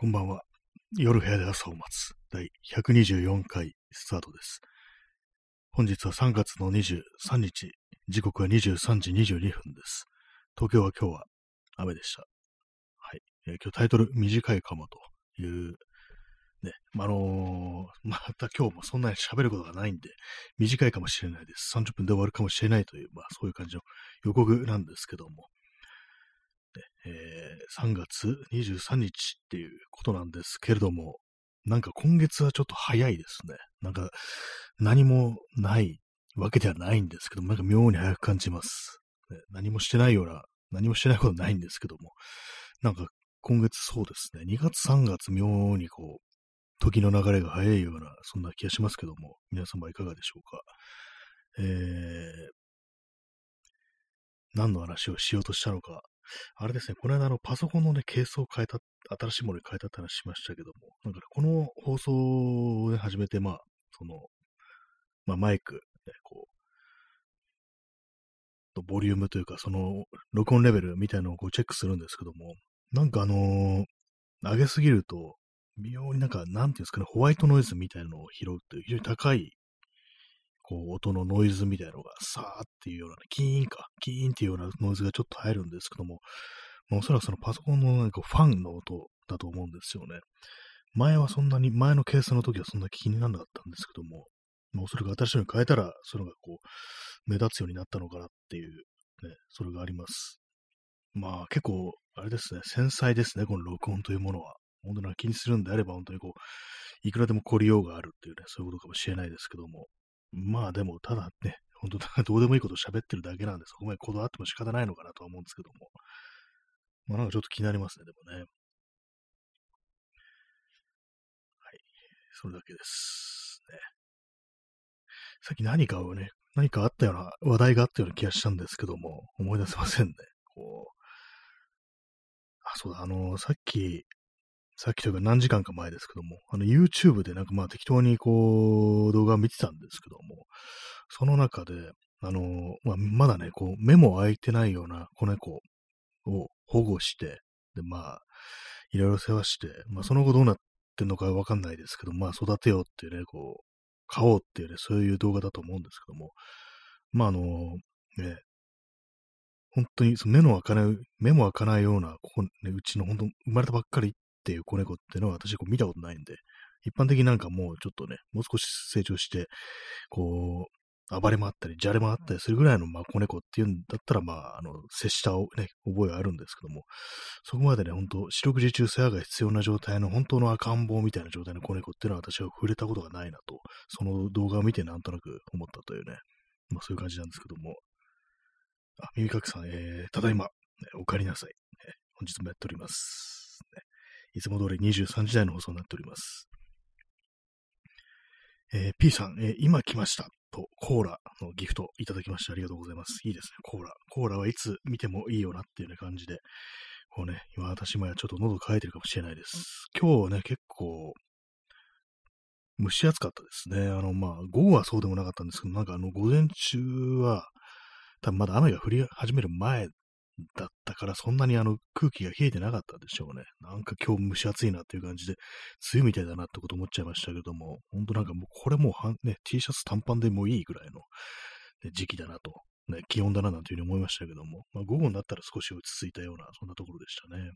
こんばんは。夜部屋で朝を待つ第124回スタートです。本日は3月の23日、時刻は23時22分です。東京は今日は雨でした。はい。今日タイトル短いかもというね、また今日もそんなに喋ることがないんで、短いかもしれないです。30分で終わるかもしれないという、そういう感じの予告なんですけども、3月23日っていうことなんですけれども、なんか今月はちょっと早いですね。なんか何もないわけではないんですけども、なんか妙に早く感じます。ね、何もしてないことないんですけども、なんか今月そうですね、2月3月妙に時の流れが早いような、そんな気がしますけども、皆様いかがでしょうか。何の話をしようとしたのか。あれですね、この間パソコンのね、ケースを変えた、新しいものに変えたって話しましたけども、なんかね、この放送をね、始めて、マイク、ね、ボリュームというか、録音レベルみたいなのをチェックするんですけども、なんか上げすぎると、微妙になんていうんですかね、ホワイトノイズみたいなのを拾うという、非常に高い、音のノイズみたいなのが、さーっていうような、キーンっていうようなノイズがちょっと入るんですけども、おそらくそのパソコンのファンの音だと思うんですよね。前のケースの時はそんな気にならなかったんですけども、おそらく新しいのに変えたら、それが目立つようになったのかなっていう、ね、それがあります。結構、あれですね、繊細ですね、この録音というものは。本当に気にするんであれば、本当にいくらでも凝りようがあるっていうね、そういうことかもしれないですけども。でも、ただね、本当どうでもいいことを喋ってるだけなんで、そこまでこだわっても仕方ないのかなとは思うんですけども。なんかちょっと気になりますね、でもね。はい。それだけです。ね。さっき何かあったような、話題があったような気がしたんですけども、思い出せませんね。そうだ、さっきというか何時間か前ですけども、YouTube で適当に動画を見てたんですけども、その中で、まだね、目も開いてないような子猫を保護して、で、いろいろ世話して、その後どうなってんのかわかんないですけど、育てようっていうね、買おうっていうね、そういう動画だと思うんですけども、ね、本当に目も開かないような、うちの本当生まれたばっかりっていう子猫っていうのは私見たことないんで、一般的にもうちょっとね、もう少し成長して、暴れ回ったり、じゃれ回ったりするぐらいの、子猫っていうんだったら、接したね、覚えがあるんですけども、そこまでね、本当四六時中世話が必要な状態の、本当の赤ん坊みたいな状態の子猫っていうのは私は触れたことがないなと、その動画を見てなんとなく思ったというね、そういう感じなんですけども、耳かきさん、ただいま、お帰りなさい。本日もやっております。いつも通り23時台の放送になっております。P さん、今来ました。と、コーラのギフトいただきましてありがとうございます。いいですね、コーラ。コーラはいつ見てもいいよなっていうね感じで、今私もちょっと喉乾いてるかもしれないです。今日はね、結構、蒸し暑かったですね。午後はそうでもなかったんですけど、午前中は、多分まだ雨が降り始める前だったから、そんなに空気が冷えてなかったでしょうね。今日蒸し暑いなっていう感じで、梅雨みたいだなってこと思っちゃいましたけども、ほんともうこれもうT シャツ短パンでもいいぐらいの、ね、時期だなと、ね、気温だななんていうふうに思いましたけども、午後になったら少し落ち着いたような、そんなところでしたね。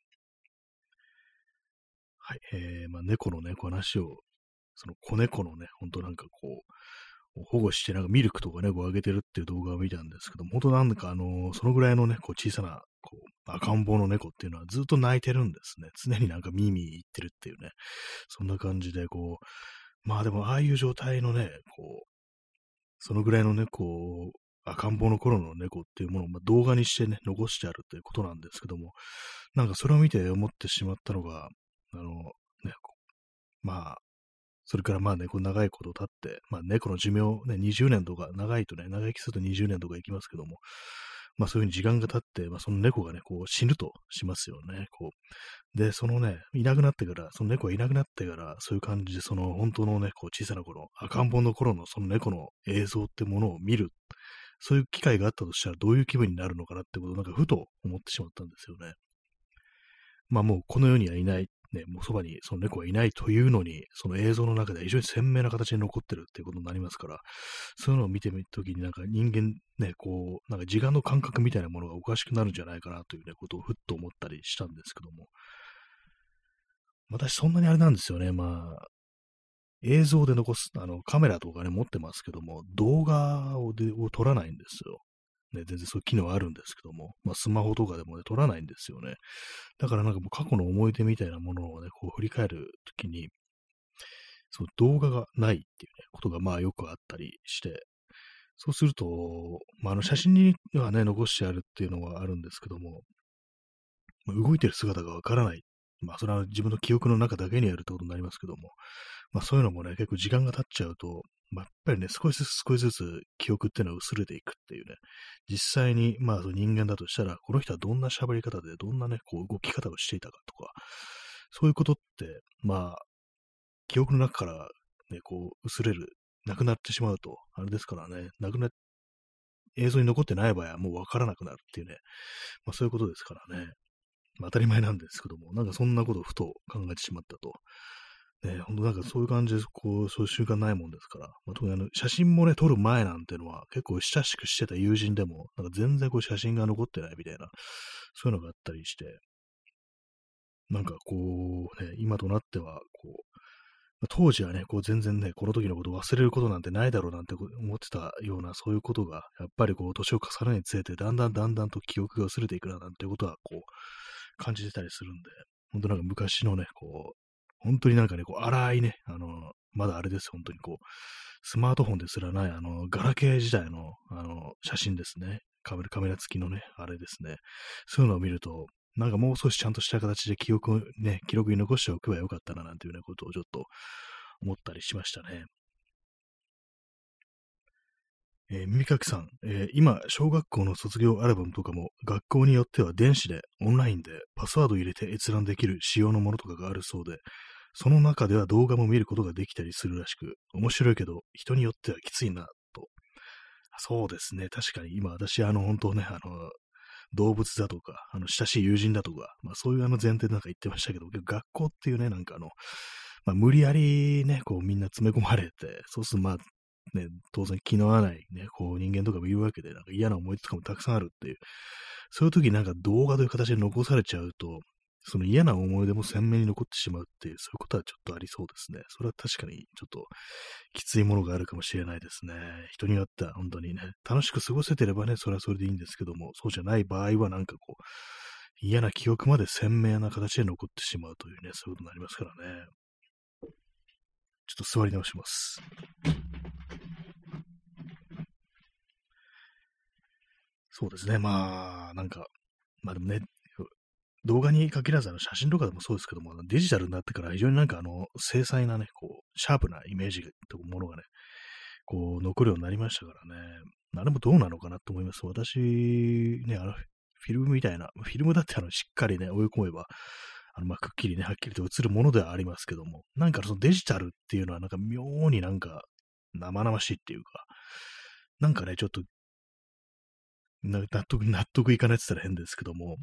はい。猫のね、話を、その子猫のね、ほんと保護してミルクとかね、あげてるっていう動画を見たんですけども、本当そのぐらいのね、小さな、赤ん坊の猫っていうのはずっと泣いてるんですね。常にミーミー言ってるっていうね、そんな感じで、でも、ああいう状態のね、そのぐらいのね、赤ん坊の頃の猫っていうものを、動画にしてね、残してあるということなんですけども、それを見て思ってしまったのが、ね、まあ、それからね、長いこと経って、猫の寿命、ね、20年とか、長いとね、長生きすると20年とか生きますけども、そういうふうに時間が経って、その猫がね、死ぬとしますよね。で、そのね、いなくなってから、その猫がいなくなってから、そういう感じで、その本当のね、小さな頃、赤ん坊の頃のその猫の映像ってものを見る、そういう機会があったとしたら、どういう気分になるのかなってことを、ふと思ってしまったんですよね。もうこの世にはいない。 ね、もうそばにその猫がいないというのに、その映像の中で非常に鮮明な形に残ってるっていうことになりますから、そういうのを見てみるときになんか人間ね、こう、なんか時間の感覚みたいなものがおかしくなるんじゃないかなというね、ことをふっと思ったりしたんですけども、私そんなにあれなんですよね、まあ、映像で残す、カメラとかね、持ってますけども、動画を撮らないんですよ。ね、全然そういう機能あるんですけども、まあ、スマホとかでもね、撮らないんですよね。だからなんかもう過去の思い出みたいなものをね、こう振り返るときに、その動画がないっていうね、ことがまあよくあったりして、そうすると、まあ、写真にはね、残してあるっていうのはあるんですけども、まあ動いてる姿がわからない。まあ、それは自分の記憶の中だけにあるってことになりますけども、まあ、そういうのもね、結構時間が経っちゃうと、まあ、やっぱりね、少しずつ記憶っていうのは薄れていくっていうね、実際に、まあ、その人間だとしたら、この人はどんな喋り方で、どんなね、こう動き方をしていたかとか、そういうことって、まあ、記憶の中からね、こう、薄れる、なくなってしまうと、あれですからね、映像に残ってない場合はもうわからなくなるっていうね、まあそういうことですからね。まあ当たり前なんですけども、なんかそんなことをふと考えてしまったと。ね、ほんとなんかそういう感じで、こう、そういう習慣ないもんですから、まあ、特に写真もね、撮る前なんてのは結構親しくしてた友人でも、なんか全然こう写真が残ってないみたいな、そういうのがあったりして、なんかこう、ね、今となっては、こう、当時はね、こう全然ね、この時のことを忘れることなんてないだろうなんて思ってたような、そういうことが、やっぱりこう、年を重ねるにつれて、だんだんと記憶が薄れていくな、なんていうことは、こう、感じてたりするんで、本当なんか昔のね、こう、本当になんかね、こう、荒いね、まだあれです、本当にこう、スマートフォンですらない、ガラケー時代の、写真ですね。カメラ付きのね、あれですね。そういうのを見ると、なんかもう少しちゃんとした形で記録に残しておけばよかったな、なんていうようなことをちょっと思ったりしましたね。耳かきさん、今、小学校の卒業アルバムとかも、学校によっては電子で、オンラインで、パスワードを入れて閲覧できる仕様のものとかがあるそうで、その中では動画も見ることができたりするらしく、面白いけど、人によってはきついな、と。そうですね。確かに今、私、本当ね、動物だとか、親しい友人だとか、まあ、そういう前提でなんか言ってましたけど、学校っていうね、なんかまあ、無理やりね、こうみんな詰め込まれて、そうするとまあ、ね、当然気の合わないね、こう人間とかもいるわけで、なんか嫌な思い出とかもたくさんあるっていう、そういう時なんか動画という形で残されちゃうと、その嫌な思い出も鮮明に残ってしまうっていう、そういうことはちょっとありそうですね。それは確かにちょっときついものがあるかもしれないですね。人によっては本当にね、楽しく過ごせてればね、それはそれでいいんですけども、そうじゃない場合はなんかこう、嫌な記憶まで鮮明な形で残ってしまうというね、そういうことになりますからね。ちょっと座り直します。そうですね、まあ、なんか、まあでもね、動画に限らず写真とかでもそうですけども、デジタルになってから非常になんか精細なね、こう、シャープなイメージというものがね、こう、残るようになりましたからね。あれもどうなのかなと思います。私、ね、フィルムみたいな、フィルムだってしっかりね、追い込めば、まあ、くっきりね、はっきりと映るものではありますけども、なんかそのデジタルっていうのはなんか妙になんか生々しいっていうか、なんかね、ちょっと納得いかないって言ったら変ですけども、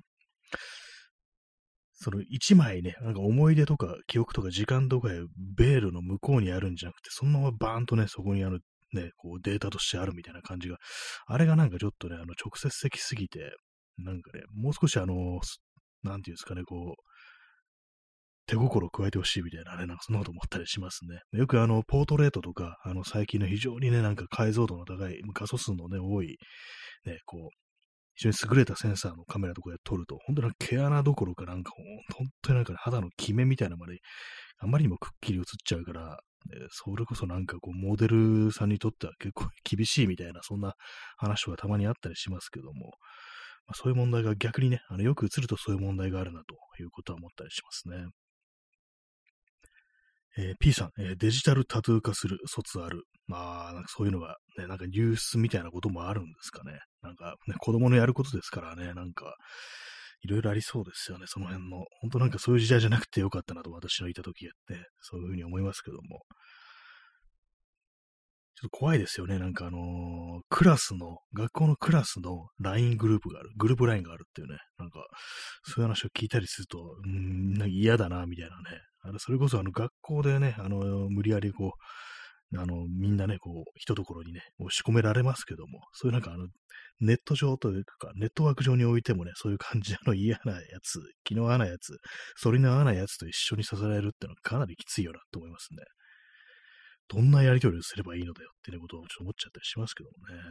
その一枚ね、なんか思い出とか記憶とか時間とかいうベールの向こうにあるんじゃなくて、そのままバーンとね、そこにね、こうデータとしてあるみたいな感じが、あれがなんかちょっとね、直接的すぎて、なんかね、もう少しなんていうんですかね、こう、手心を加えてほしいみたいなね、なんかそんなこと思ったりしますね。よくポートレートとか、最近の非常にね、なんか解像度の高い、画素数のね、多い、ね、こう、非常に優れたセンサーのカメラとかで撮ると、本当に毛穴どころかなんか本当になんか、ね、肌のキメみたいなのまで、あまりにもくっきり映っちゃうから、それこそなんかこう、モデルさんにとっては結構厳しいみたいな、そんな話がたまにあったりしますけども、まあ、そういう問題が逆にね、よく映るとそういう問題があるなということは思ったりしますね。P さん、デジタルタトゥー化する卒ある。まあ、なんかそういうのがね、なんか流出みたいなこともあるんですかね。なんかね、子供のやることですからね、なんか、いろいろありそうですよね、その辺の。本当なんかそういう時代じゃなくてよかったなと私のいた時って、そういうふうに思いますけども。 ちょっと怖いですよね。なんか学校のクラスの LINE グループがある、グループ LINE があるっていうね、なんか、そういう話を聞いたりすると、なんか嫌だな、みたいなね。それこそ学校でね、無理やりこう、みんなね、こう、一ところにね、押し込められますけども、そういうなんかネット上というか、ネットワーク上においてもね、そういう感じ嫌なやつ、気の合わないやつ、反りの合わないやつと一緒にさせられるってのはかなりきついよなと思いますね。どんなやり取りをすればいいのだよってね、ことをちょっと思っちゃったりしますけどもね。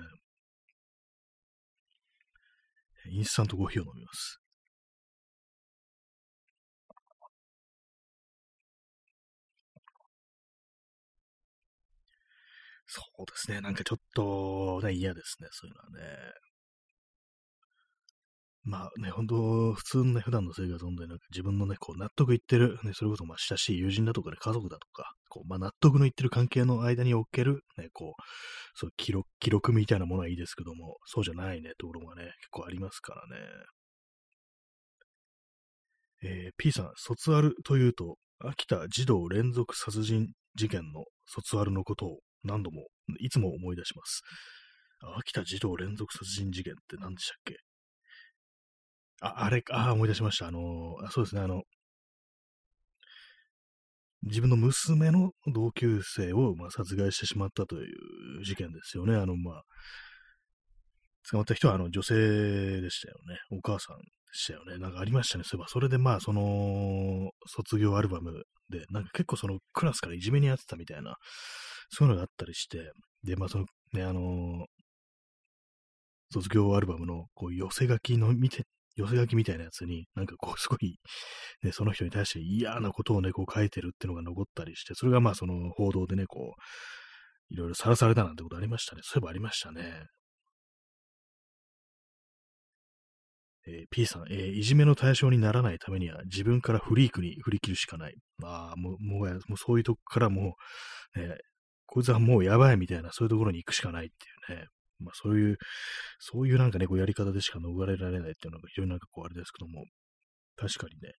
インスタントコーヒーを飲みます。そうですね。なんかちょっとね、嫌ですね。そういうのはね。まあね、本当普通のね、普段の生活、本当になんか自分のね、こう納得いってる、ね、それこそまあ親しい友人だとかね、家族だとか、こう、まあ納得のいってる関係の間における、ね、こう、そう記録みたいなものはいいですけども、そうじゃないね、ところがね、結構ありますからね。P さん、卒アルというと、秋田児童連続殺人事件の卒アルのことを何度も、いつも思い出します。秋田児童連続殺人事件って何でしたっけ？あれか、思い出しました。そうですね、自分の娘の同級生を、まあ、殺害してしまったという事件ですよね。捕まった人は女性でしたよね。お母さんでしたよね。なんかありましたね。そういえば、それでまあ、卒業アルバムで、なんか結構そのクラスからいじめにあってたみたいな、そういうのがあったりして、で、まあ、ね、卒業アルバムの、こう、寄せ書きみたいなやつに、なんかこう、すごい、ね、その人に対して嫌なことをね、こう書いてるっていうのが残ったりして、それがまあ、その報道でね、こう、いろいろさらされたなんてことありましたね。そういえばありましたね。P さん、いじめの対象にならないためには自分からフリークに振り切るしかない。もうそういうとこからもう、こいつはもうやばいみたいな、そういうところに行くしかないっていうね。まあそういうなんかね、こうやり方でしか逃れられないっていうのが非常になんかこうあれですけども、確かにね、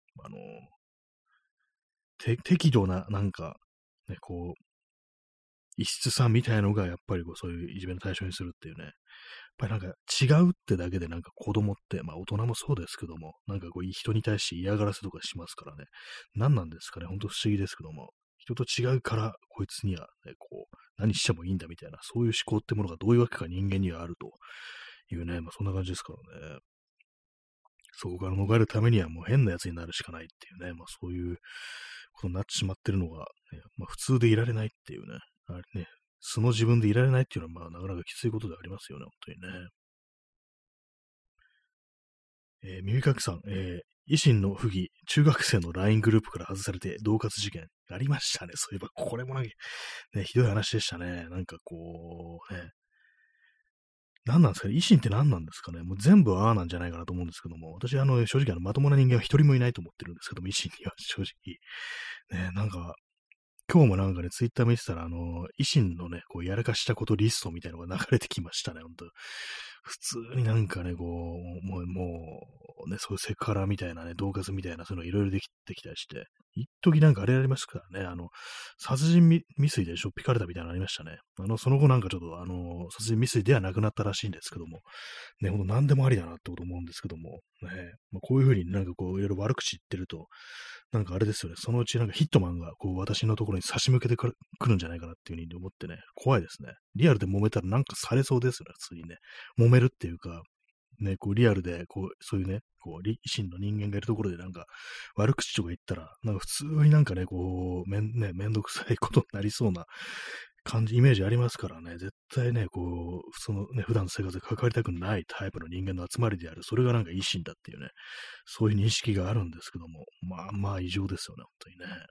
適度ななんか、ね、こう、異質さみたいのがやっぱりこうそういういじめの対象にするっていうね、ぱりなんか違うってだけでなんか子供って、まあ大人もそうですけども、なんかこう人に対して嫌がらせとかしますからね。何なんですかね。ほんと不思議ですけども。人と違うからこいつにはね、こう、何してもいいんだみたいな、そういう思考ってものがどういうわけか人間にはあるというね、まあそんな感じですからね。そこから逃れるためにはもう変なやつになるしかないっていうね、まあそういうことになってしまってるのが、ね、まあ普通でいられないっていうね、あれね、素の自分でいられないっていうのはまあなかなかきついことでありますよね、本当にね。耳かきさん、維新の不義、中学生の LINE グループから外されて恫喝事件。ありましたね。そういえば、これもなんか、ね、ひどい話でしたね。なんかこう、ね、何なんですかね。維新って何なんですかね。もう全部ああなんじゃないかなと思うんですけども、私、正直、まともな人間は一人もいないと思ってるんですけども、維新には正直。ね、なんか、今日もなんかね、ツイッター見てたら、維新のね、こう、やらかしたことリストみたいなのが流れてきましたね、ほんと。普通になんかね、こう、もうね、そういうセクハラみたいなね、恫喝みたいな、そういうのいろいろできてきたりして、一時なんかあれありますからね、殺人未遂でしょっぴかれたみたいなのありましたね。その後なんかちょっと、殺人未遂ではなくなったらしいんですけども、ね、ほんと何でもありだなってこと思うんですけども、ね、まあ、こういうふうになんかこう、いろいろ悪口言ってると、なんかあれですよね、そのうちなんかヒットマンがこう私のところに差し向けてくるんじゃないかなっていうふうに思ってね、怖いですね。リアルで揉めたらなんかされそうですよね、普通にね。揉めるっていうか、ね、こうリアルで、こう、そういうね、こう、維新の人間がいるところでなんか悪口とか言ったら、なんか普通になんかね、こう、めんどくさいことになりそうなイメージありますからね、絶対ね、こう、そのね、普段の生活で関わりたくないタイプの人間の集まりである。それがなんか維新だっていうね、そういう認識があるんですけども、まあまあ異常ですよね、本当にね。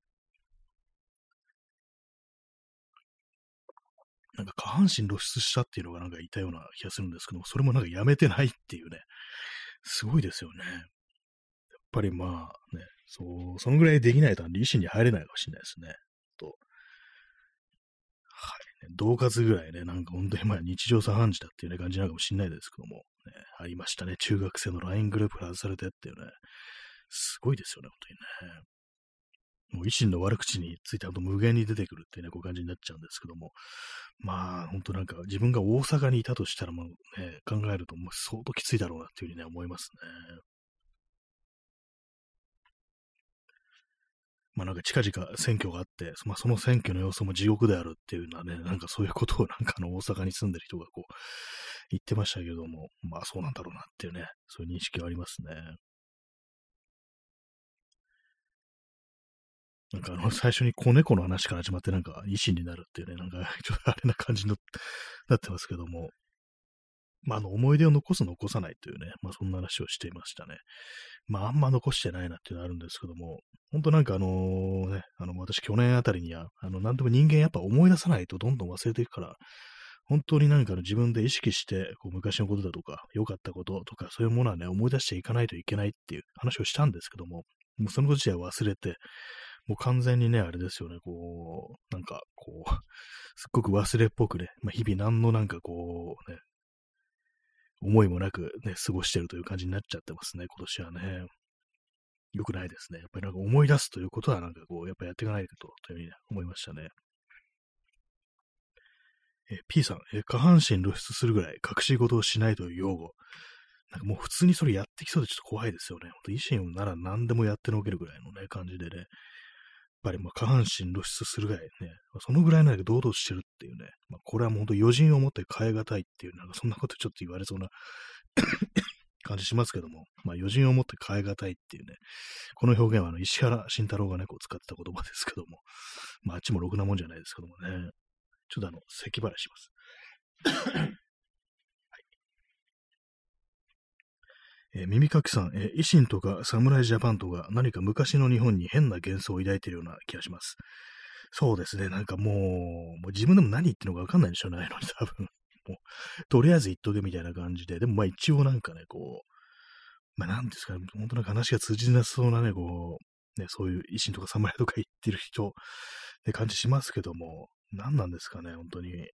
なんか下半身露出したっていうのがなんかいたような気がするんですけども、それもなんかやめてないっていうね、すごいですよね。やっぱりまあね、そのぐらいできないと維新に入れないかもしれないですね。と、はい、ね。恫喝ぐらいね、なんか本当にまあ日常茶飯事だっていうね感じなのかもしれないですけども、ね、ありましたね。中学生の LINE グループから外されてっていうね、すごいですよね、本当にね。 もう維新の悪口についてほんと無限に出てくるっていうね、こういう感じになっちゃうんですけども、まあ、ほんとなんか自分が大阪にいたとしたらもうね、考えるともう相当きついだろうなっていうふうにね、思いますね。まあなんか近々選挙があって、まあその選挙の様子も地獄であるっていうのはね、なんかそういうことをなんか大阪に住んでる人がこう言ってましたけども、まあそうなんだろうなっていうね、そういう認識はありますね。なんか最初に子猫の話から始まってなんか維新になるっていうね、なんかちょっとあれな感じのなってますけども、まあ思い出を残す残さないというね、まあそんな話をしていましたね。まああんま残してないなっていうのはあるんですけども、本当なんか私去年あたりには、なんでも人間やっぱ思い出さないとどんどん忘れていくから、本当になんか自分で意識して、こう昔のことだとか、良かったこととか、そういうものはね、思い出していかないといけないっていう話をしたんですけども、もうそのこと自体は忘れて、もう完全にね、あれですよね、こう、なんかこう、すっごく忘れっぽくね、まあ、日々何のなんかこう、ね、思いもなくね、過ごしてるという感じになっちゃってますね、今年はね。良くないですね。やっぱりなんか思い出すということはなんかこう、やっぱやっていかないと、というふうに思いましたね。P さん、下半身露出するぐらい隠し事をしないという用語。なんかもう普通にそれやってきそうでちょっと怖いですよね。ほんと維新なら何でもやってのけるぐらいのね、感じでね。やっぱりまあ下半身露出するぐらいね、そのぐらいなんか堂々としてるっていうね、まあ、これはもう本当余人をもって変え難いっていう、なんかそんなことちょっと言われそうな感じしますけども、まあ余人をもって変え難いっていうね、この表現は石原慎太郎がね、こう使ってた言葉ですけども、まああっちもろくなもんじゃないですけどもね、ちょっと咳払いします。耳かきさん、維新とか侍ジャパンとか何か昔の日本に変な幻想を抱いているような気がします。そうですね、なんかもう自分でも何言ってるのかわかんないんでしょうね、のに多分。もう、とりあえず言っとけみたいな感じで、でもまあ一応なんかね、こう、まあなんですかね、本当なんか話が通じなそうなね、こう、ね、そういう維新とか侍とか言ってる人って感じしますけども、何なんですかね、本当に。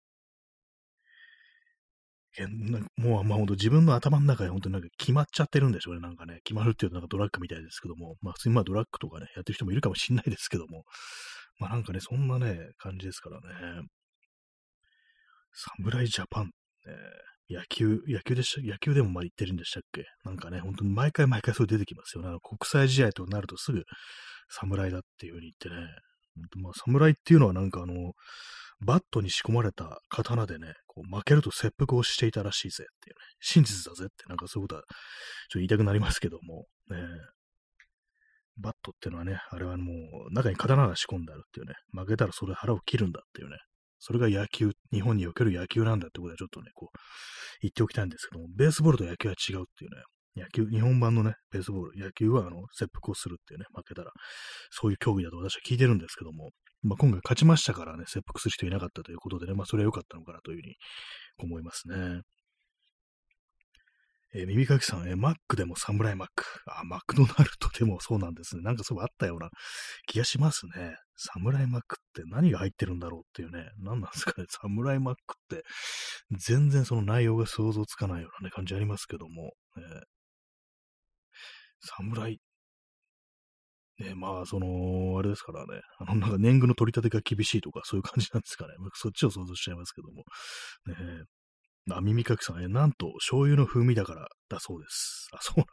もう、まあ、ほんと自分の頭の中で本当になんか決まっちゃってるんでしょうね。なんかね、決まるっていうとなんかドラッグみたいですけども、まあ普通にまあドラッグとかね、やってる人もいるかもしんないですけども、まあなんかね、そんなね、感じですからね。侍ジャパン、野球でした、野球でもまあ言ってるんでしたっけ？なんかね、本当に毎回毎回それ出てきますよね。国際試合となるとすぐ侍だっていう風に言ってね、ほんとまあ侍っていうのはなんかバットに仕込まれた刀でね、こう負けると切腹をしていたらしいぜっていうね、真実だぜってなんかそういうことはちょっと言いたくなりますけども、ね、バットっていうのはね、あれはもう中に刀が仕込んであるっていうね、負けたらそれ腹を切るんだっていうね、それが野球、日本における野球なんだってことはちょっとね、こう言っておきたいんですけども、ベースボールと野球は違うっていうね、日本版のね、ベースボール、野球は切腹をするっていうね、負けたら、そういう競技だと私は聞いてるんですけども、まあ、今回勝ちましたからね、切腹する人いなかったということでね、まあ、それは良かったのかなというふうに思いますね。耳かきさん、マックでもサムライマック。あ、マクドナルドでもそうなんですね。なんかそうあったような気がしますね。サムライマックって何が入ってるんだろうっていうね。何なんですかね。サムライマックって全然その内容が想像つかないようなね、感じありますけども。サムライ、ね、まあ、あれですからね。なんか年貢の取り立てが厳しいとかそういう感じなんですかね。僕そっちを想像しちゃいますけども。ね耳かきさん、なんと、醤油の風味だからだそうです。あ、そうなんです。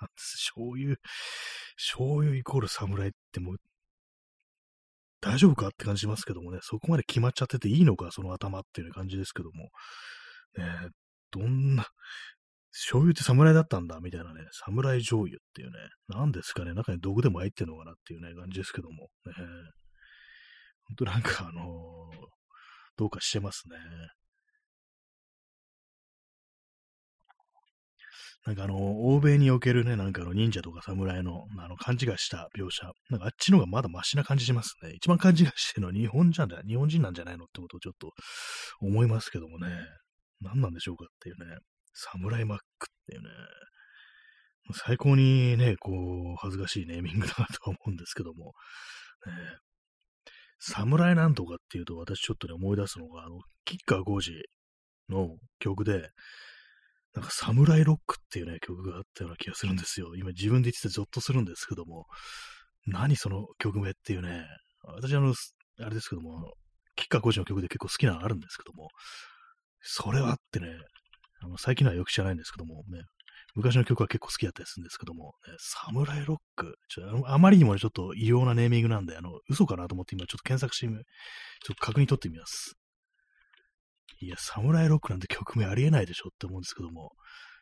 醤油イコール侍ってもう、大丈夫かって感じしますけどもね、そこまで決まっちゃってていいのか、その頭っていう感じですけども、ね、どんな、醤油って侍だったんだ、みたいなね、侍醤油っていうね、なんですかね、中に毒でも入ってんのかなっていうね、感じですけども、ね、ほんとなんかどうかしてますね。なんか欧米におけるね、なんか忍者とか侍の、勘違いした描写。なんかあっちの方がまだマシな感じしますね。一番勘違いしてるのは日本人なんじゃないのってことをちょっと思いますけどもね。何なんでしょうかっていうね。侍マックっていうね。最高にね、こう、恥ずかしいネーミングだなとは思うんですけども。ね、侍なんとかっていうと私ちょっとね、思い出すのが、キッカー5時の曲で、なんか、サムライロックっていうね、曲があったような気がするんですよ。今自分で言っててゾッとするんですけども、何その曲名っていうね、 私あれですけども、吉川晃司の曲で結構好きなのあるんですけども、それはあってね、最近のはよく知らないんですけども、ね、昔の曲は結構好きだったりするんですけども、ね、サムライロック、あまりにもね、ちょっと異様なネーミングなんで、嘘かなと思って今ちょっと検索してちょっと確認取ってみます。いや、サムライロックなんて曲名ありえないでしょって思うんですけども、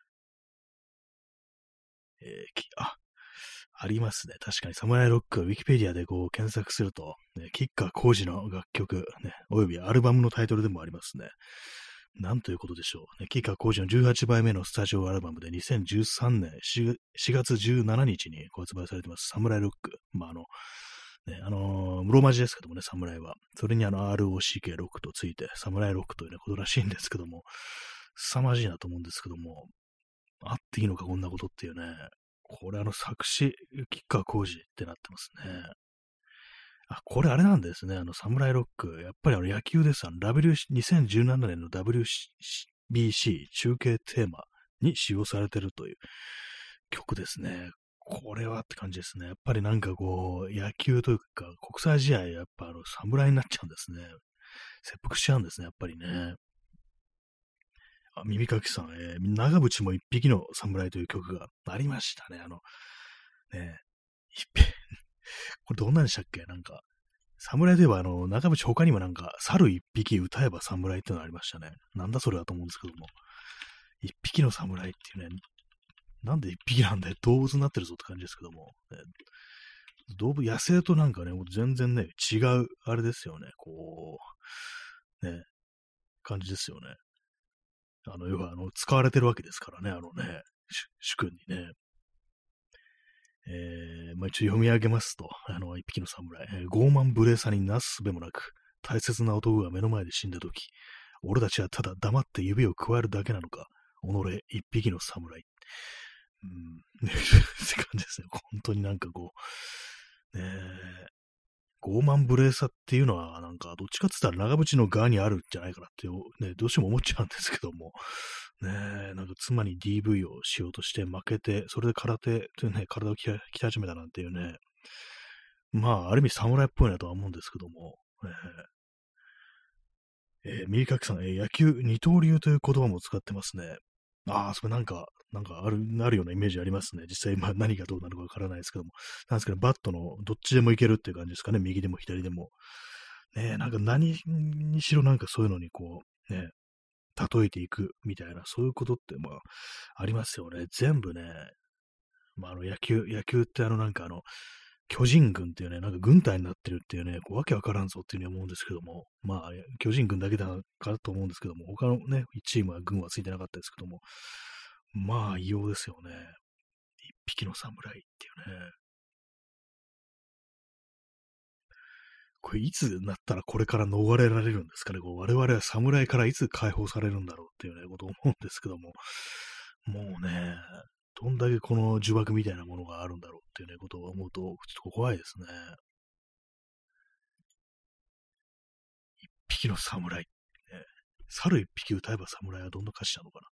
ありますね。確かにサムライロック、ウィキペディアでこう検索すると、ね、吉川晃司の楽曲、ね、およびアルバムのタイトルでもありますね。なんということでしょう。ね、吉川晃司の18枚目のスタジオアルバムで2013年4月17日に発売されてます。サムライロック。まあ、ね、ローマ字ですけどもね、サムライは。それにROCK6 とついて、サムライロックという、ね、ことらしいんですけども、凄まじいなと思うんですけども、あっていいのか、こんなことっていうね。これ作詞、吉川晃司ってなってますね。あ、これあれなんですね。サムライロック。やっぱり野球です。2017年の WBC 中継テーマに使用されてるという曲ですね。これはって感じですね。やっぱりなんかこう、野球というか、国際試合、やっぱ侍になっちゃうんですね。切腹しちゃうんですね、やっぱりね。あ、耳かきさん、長渕も一匹の侍という曲がありましたね。ね、一匹、これどんなんでしたっけなんか、侍といえば、長渕他にもなんか、猿一匹歌えば侍っていうのありましたね。なんだそれだと思うんですけども。一匹の侍っていうね、なんで一匹なんだよ、動物になってるぞって感じですけども。ね、野生となんかね、もう全然ね、違う、あれですよね、こう、ね、感じですよね。要は、使われてるわけですからね、主君にね。まあ、一応読み上げますと、一匹の侍、傲慢無礼さになすすべもなく、大切な男が目の前で死んだとき、俺たちはただ黙って指を加えるだけなのか、己一匹の侍。って感じですね。本当になんかこう、ねえ、傲慢無礼さっていうのは、なんか、どっちかって言ったら長渕の側にあるんじゃないかなって、ね、どうしても思っちゃうんですけども、ねえ、なんか妻に DV をしようとして負けて、それで空手というね、体を鍛え始めたなんていうね、まあ、ある意味侍っぽいなとは思うんですけども、右かきさん、野球二刀流という言葉も使ってますね。ああ、それなんかあるようなイメージありますね。実際、まあ何がどうなるかわからないですけども。なんですけど、バットのどっちでもいけるっていう感じですかね。右でも左でも。ねえ、なんか何にしろなんかそういうのにこう、ね、例えていくみたいな、そういうことって、まあ、ありますよね。全部ね、まあ、野球ってなんか巨人軍っていうね、なんか軍隊になってるっていうね、こうわけわからんぞっていうふうに思うんですけども、まあ、巨人軍だけだからと思うんですけども、他のね、チームは軍はついてなかったですけども、まあ、異様ですよね。一匹の侍っていうね。これいつになったらこれから逃れられるんですかね。こう我々は侍からいつ解放されるんだろうっていうね、ことを思うんですけども、もうね、どんだけこの呪縛みたいなものがあるんだろうっていうね、ことを思うと、ちょっと怖いですね。一匹の侍。ね、猿一匹歌えば侍はどんな歌詞なのかな。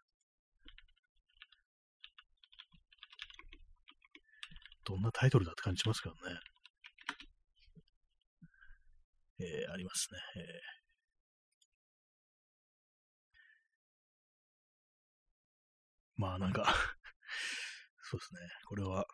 どんなタイトルだって感じしますけどね。ありますね。まあなんかそうですね。これは、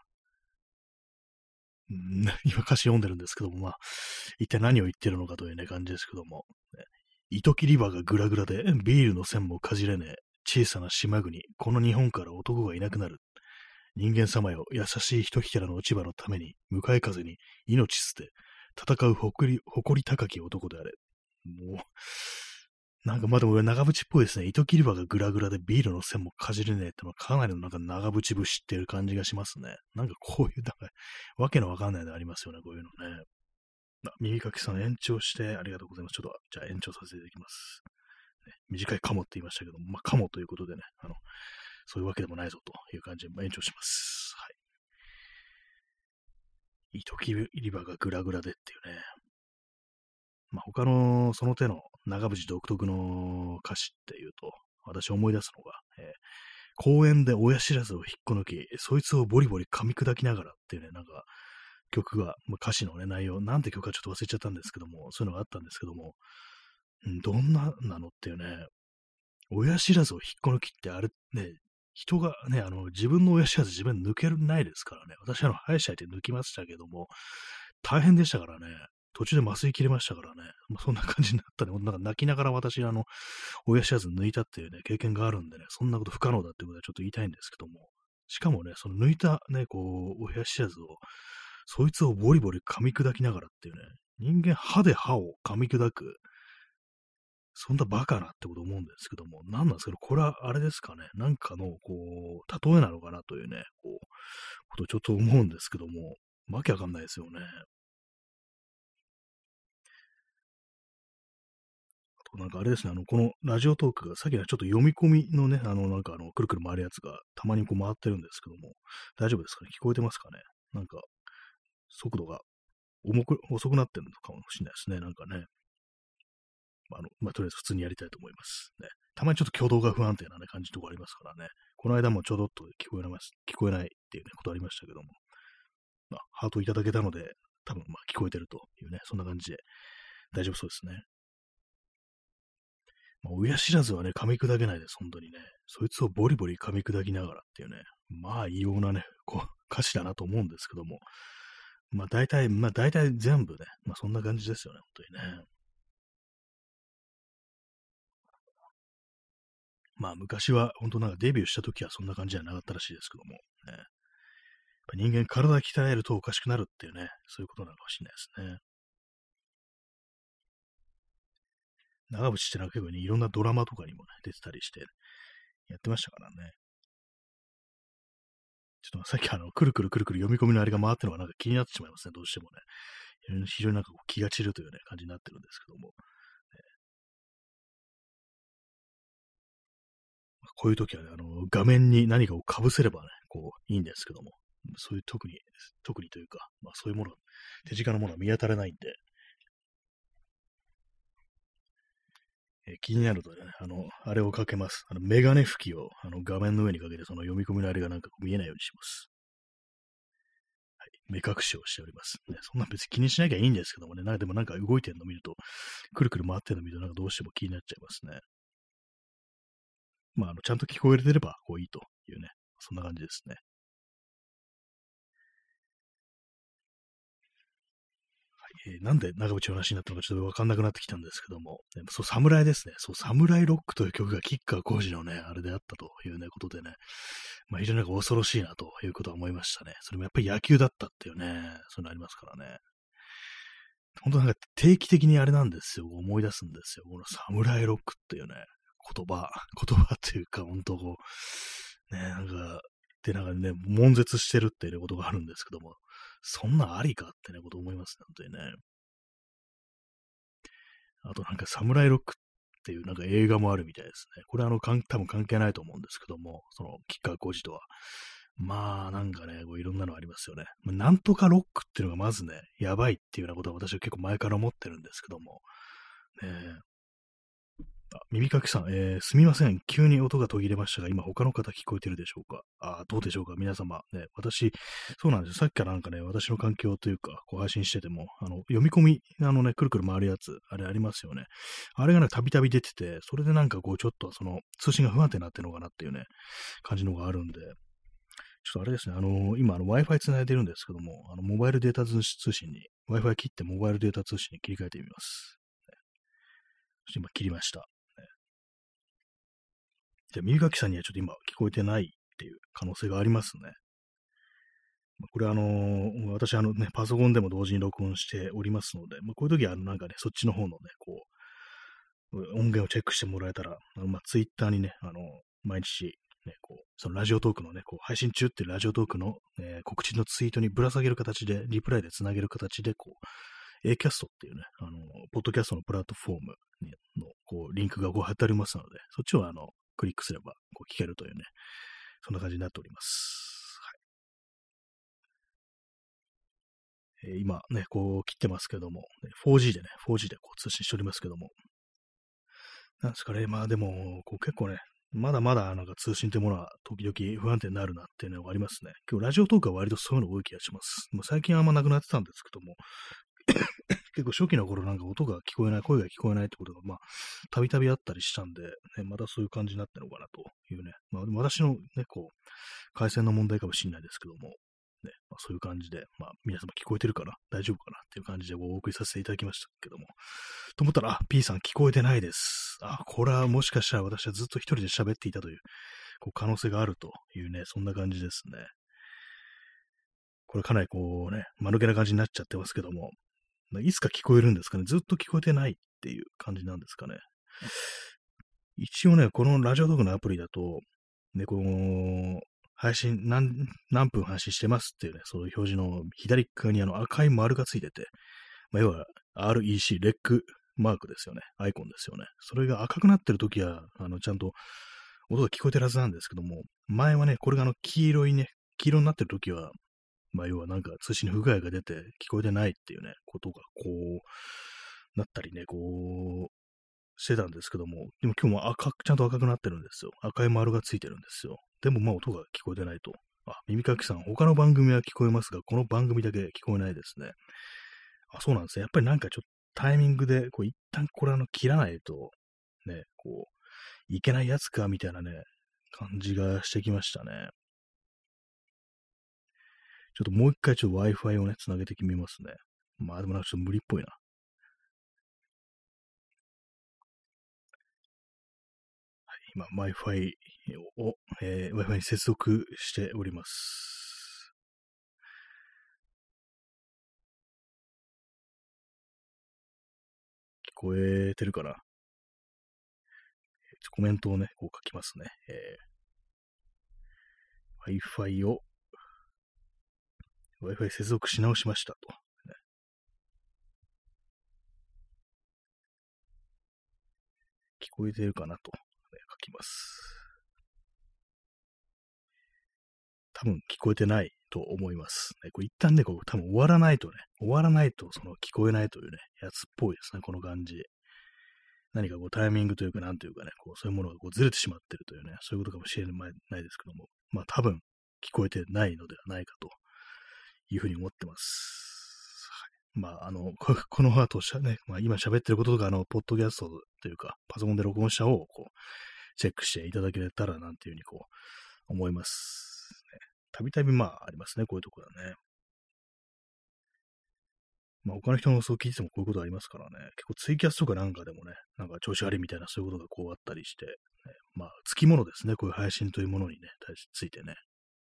今歌詞読んでるんですけども、まあ、一体何を言ってるのかというね、感じですけども、ね、糸切り場がグラグラで、ビールの線もかじれねえ、小さな島国、この日本から男がいなくなる。人間様よ、優しい人ひらの落ち葉のために、向かい風に命捨て、戦う誇り高き男であれ。もう、なんかまだ俺長渕っぽいですね。糸切り場がグラグラでビールの線もかじれねえってのはかなりのなんか長渕節っていう感じがしますね。なんかこういう、なんか、わけのわかんないのありますよね、こういうのね。耳かきさん延長してありがとうございます。ちょっと、じゃあ延長させていただきます。ね、短いかもって言いましたけども、まあ、かもということでね、そういうわけでもないぞという感じで、延長します。はい。糸切り場がグラグラでっていうね。まあ、他のその手の長渕独特の歌詞っていうと、私思い出すのが、公園で親知らずを引っこ抜き、そいつをボリボリ噛み砕きながらっていうね、なんか、 曲が、まあ、歌詞のね、内容、なんて曲かちょっと忘れちゃったんですけども、そういうのがあったんですけども、どんななのっていうね、親知らずを引っこ抜きってあれね、人がね、自分の親知らず自分抜けないですからね。私歯医者行って抜きましたけども、大変でしたからね。途中で麻酔切れましたからね。まあ、そんな感じになったね。なんか泣きながら私、親知らず抜いたっていうね、経験があるんでね、そんなこと不可能だっていうことはちょっと言いたいんですけども。しかもね、その抜いたね、こう、親知らずを、そいつをボリボリ噛み砕きながらっていうね、人間歯で歯を噛み砕く、そんなバカなってこと思うんですけども、何なんですけど、これはあれですかね、なんかの、こう、例えなのかなというね、こう、ことをちょっと思うんですけども、わけわかんないですよね。あとなんかあれですね、このラジオトークが、さっきのちょっと読み込みのね、なんかくるくる回るやつが、たまにこう回ってるんですけども、大丈夫ですかね、聞こえてますかね。なんか、速度が遅くなってるのかもしれないですね、なんかね。とりあえず普通にやりたいと思います。ね。たまにちょっと挙動が不安定な、ね、感じのとこありますからね。この間もちょどっと聞こえないっていう、ね、ことありましたけども、まあ、ハートいただけたので、多分まあ聞こえてるというね、そんな感じで大丈夫そうですね。まあ、親知らずはね、噛み砕けないです、本当にね。そいつをボリボリ噛み砕きながらっていうね、まあ異様なね、こう、歌詞だなと思うんですけども、大体全部ね、まあそんな感じですよね、本当にね。まあ昔は本当なんかデビューした時はそんな感じじゃなかったらしいですけども、ね。やっぱ人間体鍛えるとおかしくなるっていうね、そういうことなのかもしれないですね。長渕ってのは結構ね、いろんなドラマとかにもね、出てたりして、やってましたからね。ちょっとさっきくるくるくるくる読み込みのあれが回ってるのがなんか気になってしまいますね、どうしてもね。非常になんかこう気が散るというね、感じになってるんですけども。こういう時はね、画面に何かを被せればね、こう、いいんですけども、そういう特にというか、まあそういうもの、手近なものは見当たらないんで、気になるとね、あれをかけます。メガネ拭きを画面の上にかけて、その読み込みのあれがなんかこう見えないようにします。はい。目隠しをしております。ね、そんな別に気にしなきゃいいんですけどもね、でもなんか動いてるの見ると、くるくる回ってるの見ると、なんかどうしても気になっちゃいますね。まあ、ちゃんと聞こえてれば、こういいというね、そんな感じですね。なんで長渕の話になったのかちょっとわかんなくなってきたんですけども、そう、侍ですね。そう、侍ロックという曲が吉川晃司のね、あれであったというね、ことでね、まあ非常になんか恐ろしいなということは思いましたね。それもやっぱり野球だったっていうね、そういうのありますからね。本当なんか定期的にあれなんですよ、思い出すんですよ。この侍ロックっていうね、言葉っていうか、本当こう、ね、なんか、なんかね、悶絶してるっていうことがあるんですけども、そんなんありかってね、こと思いますね、本当にね。あとなんかサムライロックっていうなんか映画もあるみたいですね。これ多分関係ないと思うんですけども、その、吉川晃司とは。まあ、なんかね、こういろんなのありますよね。なんとかロックっていうのがまずね、やばいっていうようなことは私は結構前から思ってるんですけども、ね、耳かきさん、すみません。急に音が途切れましたが、今他の方聞こえてるでしょうか。どうでしょうか皆様。ね、そうなんですよ。さっきからなんかね、私の環境というか、こう配信してても、読み込み、くるくる回るやつ、あれありますよね。あれがね、たびたび出てて、それでなんかこう、ちょっとその、通信が不安定になってるのかなっていうね、感じのがあるんで、ちょっとあれですね、今、Wi-Fi 繋いでるんですけども、モバイルデータ通信に、Wi-Fi 切ってモバイルデータ通信に切り替えてみます。今切りました。じゃあ、耳かきさんにはちょっと今聞こえてないっていう可能性がありますね。これ私パソコンでも同時に録音しておりますので、こういう時はなんかね、そっちの方のね、こう、音源をチェックしてもらえたら、ツイッターにね、毎日、ね、こう、そのラジオトークのね、こう、配信中っていうラジオトークの、告知のツイートにぶら下げる形で、リプライでつなげる形で、こう、A キャストっていうね、ポッドキャストのプラットフォームの、こう、リンクがこう貼ってありますので、そっちをクリックすれば、こう、聞けるというね、そんな感じになっております。今ね、こう切ってますけども、4G でこう通信しておりますけども、なんですかね、まあでも、こう結構ね、 まだまだなんか通信というものは時々不安定になるなっていうのがありますね。今日ラジオトークは割とそういうの多い気がします。もう最近はあんまなくなってたんですけども、結構初期の頃なんか音が聞こえない、声が聞こえないってことが、まあ、たびたびあったりしたんで、ね、またそういう感じになってるのかなというね、まあ、私のね、こう、回線の問題かもしれないですけども、ね、まあ、そういう感じで、まあ、皆様聞こえてるかな大丈夫かなっていう感じでお送りさせていただきましたけども。と思ったら、P さん聞こえてないです。これはもしかしたら私はずっと一人で喋っていたという、こう可能性があるというね、そんな感じですね。これかなりこうね、間抜けな感じになっちゃってますけども、いつか聞こえるんですかね。ずっと聞こえてないっていう感じなんですかね。一応ね、このラジオトークのアプリだと、ね、この、配信何分配信してますっていうね、そういう表示の左側に赤い丸がついてて、まあ、要は REC、レックマークですよね。アイコンですよね。それが赤くなってるときは、ちゃんと音が聞こえてるはずなんですけども、前はね、これが黄色になってるときは、まあ、要はなんか通信に不具合が出て聞こえてないっていうね、ことがこう、なったりね、こう、してたんですけども、でも今日もちゃんと赤くなってるんですよ。赤い丸がついてるんですよ。でもまあ音が聞こえてないと。耳かきさん、他の番組は聞こえますが、この番組だけ聞こえないですね。そうなんですね。やっぱりなんかちょっとタイミングで、こう一旦これ切らないと、ね、こう、いけないやつか、みたいなね、感じがしてきましたね。ちょっともう一回Wi-Fi をね、つなげてみますね。まあでもなんかちょっと無理っぽいな。今、Wi-Fi を、Wi-Fi に接続しております。聞こえてるかな？コメントをね、こう書きますね。Wi-Fi を、Wi-Fi 接続し直しましたと。ね、聞こえてるかなと、ね、書きます。多分聞こえてないと思います。ね、これ一旦ね、多分終わらないとその聞こえないというね、やつっぽいですね、この感じ。何かこうタイミングというか、なんというかね、こうそういうものがこうずれてしまっているというね、そういうことかもしれないですけども、まあ多分聞こえてないのではないかというふうに思ってます。はい、まあ、この後ね、まあ、今喋ってることとか、ポッドキャストというか、パソコンで録音した方をこう、チェックしていただけたらなんていうふうにこう、思います。ね、たびたびまあ、ありますね、こういうところはね。まあ、他の人の予想を聞いてもこういうことありますからね。結構ツイキャスとかなんかでもね、なんか調子悪いみたいなそういうことがこうあったりして、ね、まあ、つきものですね。こういう配信というものにね、ついてね。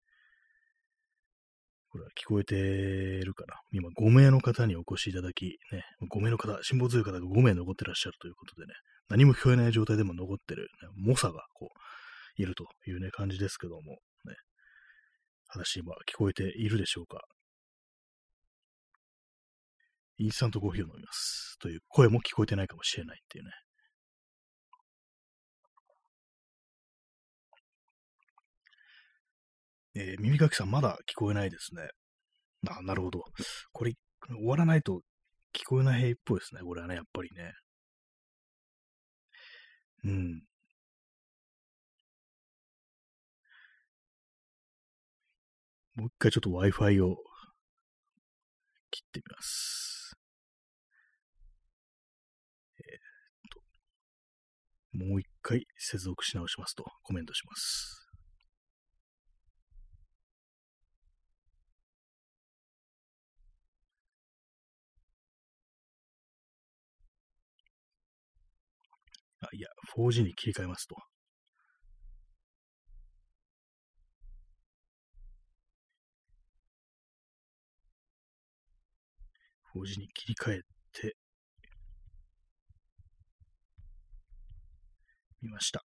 これは聞こえてるかな。今、5名の方にお越しいただき、ね、5名の方、辛抱強い方が5名残ってらっしゃるということでね、何も聞こえない状態でも残ってる、ね、猛者がこう、いるというね、感じですけども、ね、話今聞こえているでしょうか。インスタントコーヒーを飲みます。という声も聞こえてないかもしれないっていうね。耳かきさんまだ聞こえないですね。なるほど。これ、終わらないと聞こえないっぽいですね。これはね、やっぱりね。うん。もう一回ちょっと Wi-Fi を切ってみます。もう一回接続し直しますとコメントします。いや、4G に切り替えますと。4G に切り替えてみました。はい、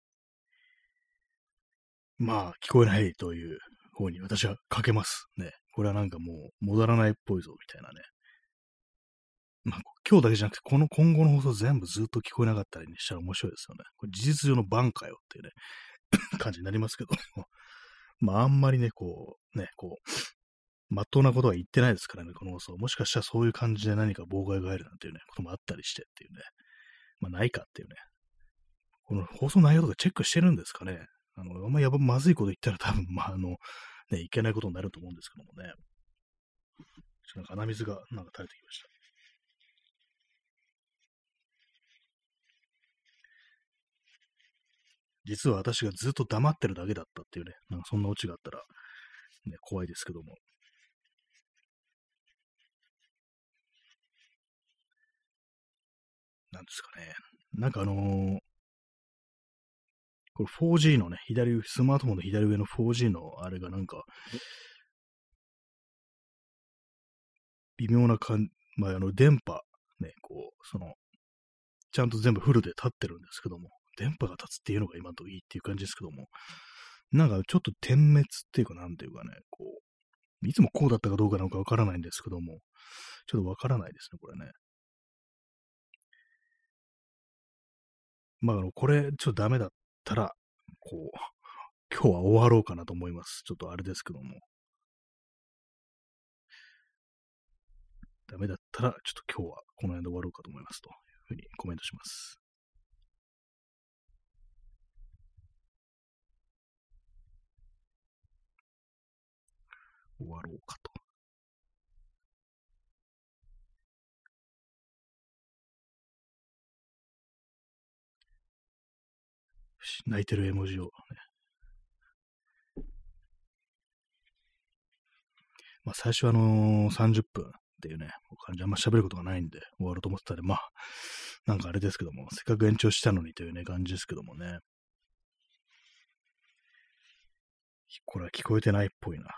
まあ、聞こえないという方に私はかけますね。これはなんかもう戻らないっぽいぞみたいなね。まあ、今日だけじゃなくて、この今後の放送全部ずっと聞こえなかったりにしたら面白いですよね。これ事実上のバンかよっていうね、感じになりますけどまあ、あんまりね、まっとうなことは言ってないですからね、この放送。もしかしたらそういう感じで何か妨害が入るなんていうね、こともあったりしてっていうね。まあ、ないかっていうね。 この放送内容とかチェックしてるんですかね。あんままずいこと言ったら多分、ね、いけないことになると思うんですけどもね。なんか鼻水がなんか垂れてきました。実は私がずっと黙ってるだけだったっていうね、なんかそんなオチがあったら、ね、怖いですけども。なんですかね。なんかこれ 4G のね、スマートフォンの左上の 4G のあれがなんか、微妙な電波、ね、ちゃんと全部フルで立ってるんですけども、電波が立つっていうのが今のといいっていう感じですけども、なんかちょっと点滅っていうかなんていうかね、いつもこうだったかどうかなんかわからないんですけども、ちょっとわからないですね、これね。これ、ちょっとダメだったら、こう、今日は終わろうかなと思います。ちょっとあれですけども。ダメだったら、ちょっと今日はこの辺で終わろうかと思いますというふうにコメントします。終わろうかと。泣いてる絵文字をね。最初は30分っていうね、感じあんま喋ることがないんで終わろうと思ってたんで、なんかあれですけども、せっかく延長したのにというね、感じですけどもね。これは聞こえてないっぽいな。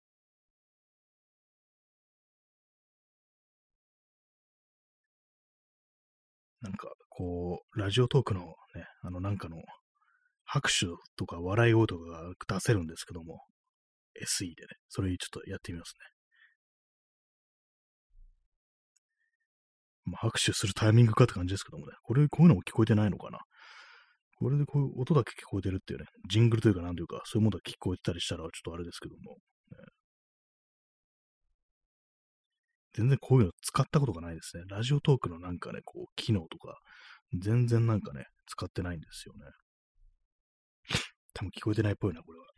なんか、ラジオトークのね、なんかの拍手とか笑い声とかが出せるんですけども、SE でね、それちょっとやってみますね。拍手するタイミングかって感じですけどもね、こういうのも聞こえてないのかな。これでこういう音だけ聞こえてるっていうね、ジングルというかなんというか、そういうものが聞こえてたりしたらちょっとあれですけども、全然こういうの使ったことがないですね。ラジオトークのなんかね、機能とか、全然なんかね、使ってないんですよね。多分聞こえてないっぽいな、これは。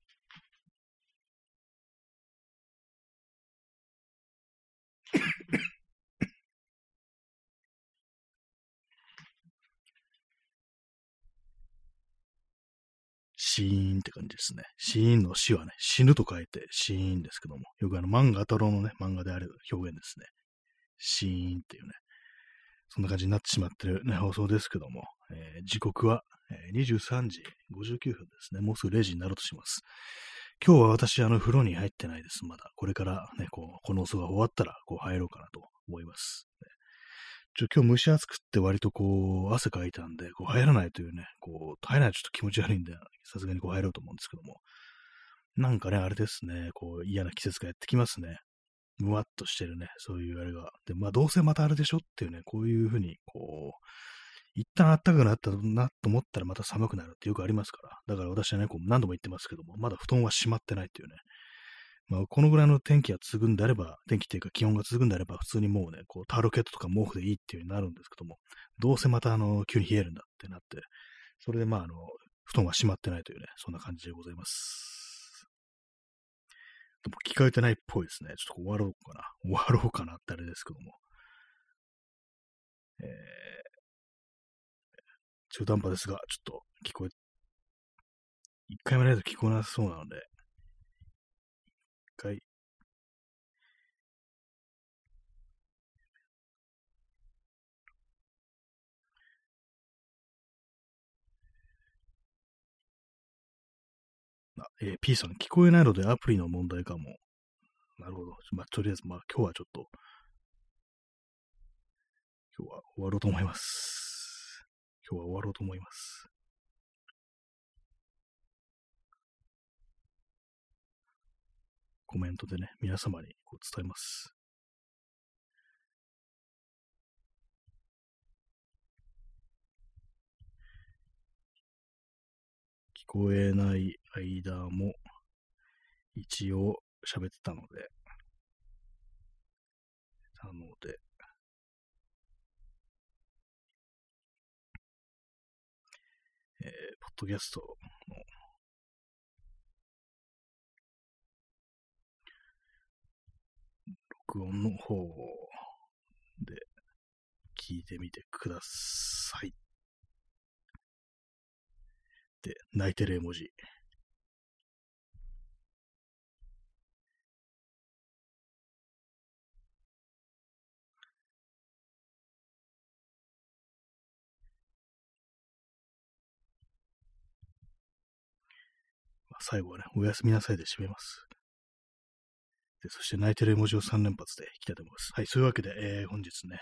シーンって感じですね。シーンの死はね、死ぬと書いてシーンですけども、よく漫画太郎のね、漫画である表現ですね。シーンっていうね、そんな感じになってしまってるね、放送ですけども、時刻は、23時59分ですね。もうすぐ0時になろうとします。今日は私、風呂に入ってないです。まだ。これからね、この放送が終わったら、入ろうかなと思います。今日蒸し暑くって割と汗かいたんで、入らないというね、入らないとちょっと気持ち悪いんで、さすがに入ろうと思うんですけども。なんかね、あれですね、嫌な季節がやってきますね。むわっとしてるね、そういうあれが。で、どうせまたあれでしょっていうね、こういうふうに、一旦暖かくなったなと思ったらまた寒くなるってよくありますから。だから私はね、何度も言ってますけども、まだ布団はしまってないっていうね。このぐらいの天気が続くんであれば、天気っていうか気温が続くんであれば、普通にもうね、タオルケットとか毛布でいいっていう風になるんですけども、どうせまた急に冷えるんだってなって、それで布団はしまってないというね、そんな感じでございます。でも聞かれてないっぽいですね。ちょっと終わろうかな。終わろうかなってあれですけども。中途半端ですが、ちょっと一回もないと聞こえなさそうなので、一回、P さん聞こえないのでアプリの問題かも。なるほど。とりあえず、今日はちょっと、今日は終わろうと思います。今日は終わろうと思います。コメントでね、皆様に伝えます。聞こえない間も一応喋ってたので、 ドキャストの録音の方で聞いてみてください。で、泣いてる絵文字。最後はね、おやすみなさいで締めます。で、そして泣いてる絵文字を3連発でいきたいと思います。はい、そういうわけで、本日ね、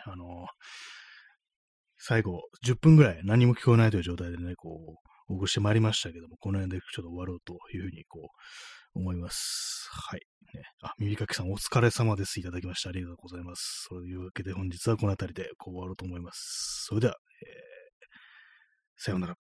最後、10分ぐらい何も聞こえないという状態でね、こう、お送りしてまいりましたけども、この辺でちょっと終わろうというふうに、こう、思います。はい。ね、耳かきさんお疲れ様です。いただきました。ありがとうございます。そういうわけで本日はこの辺りでこう終わろうと思います。それでは、さようなら。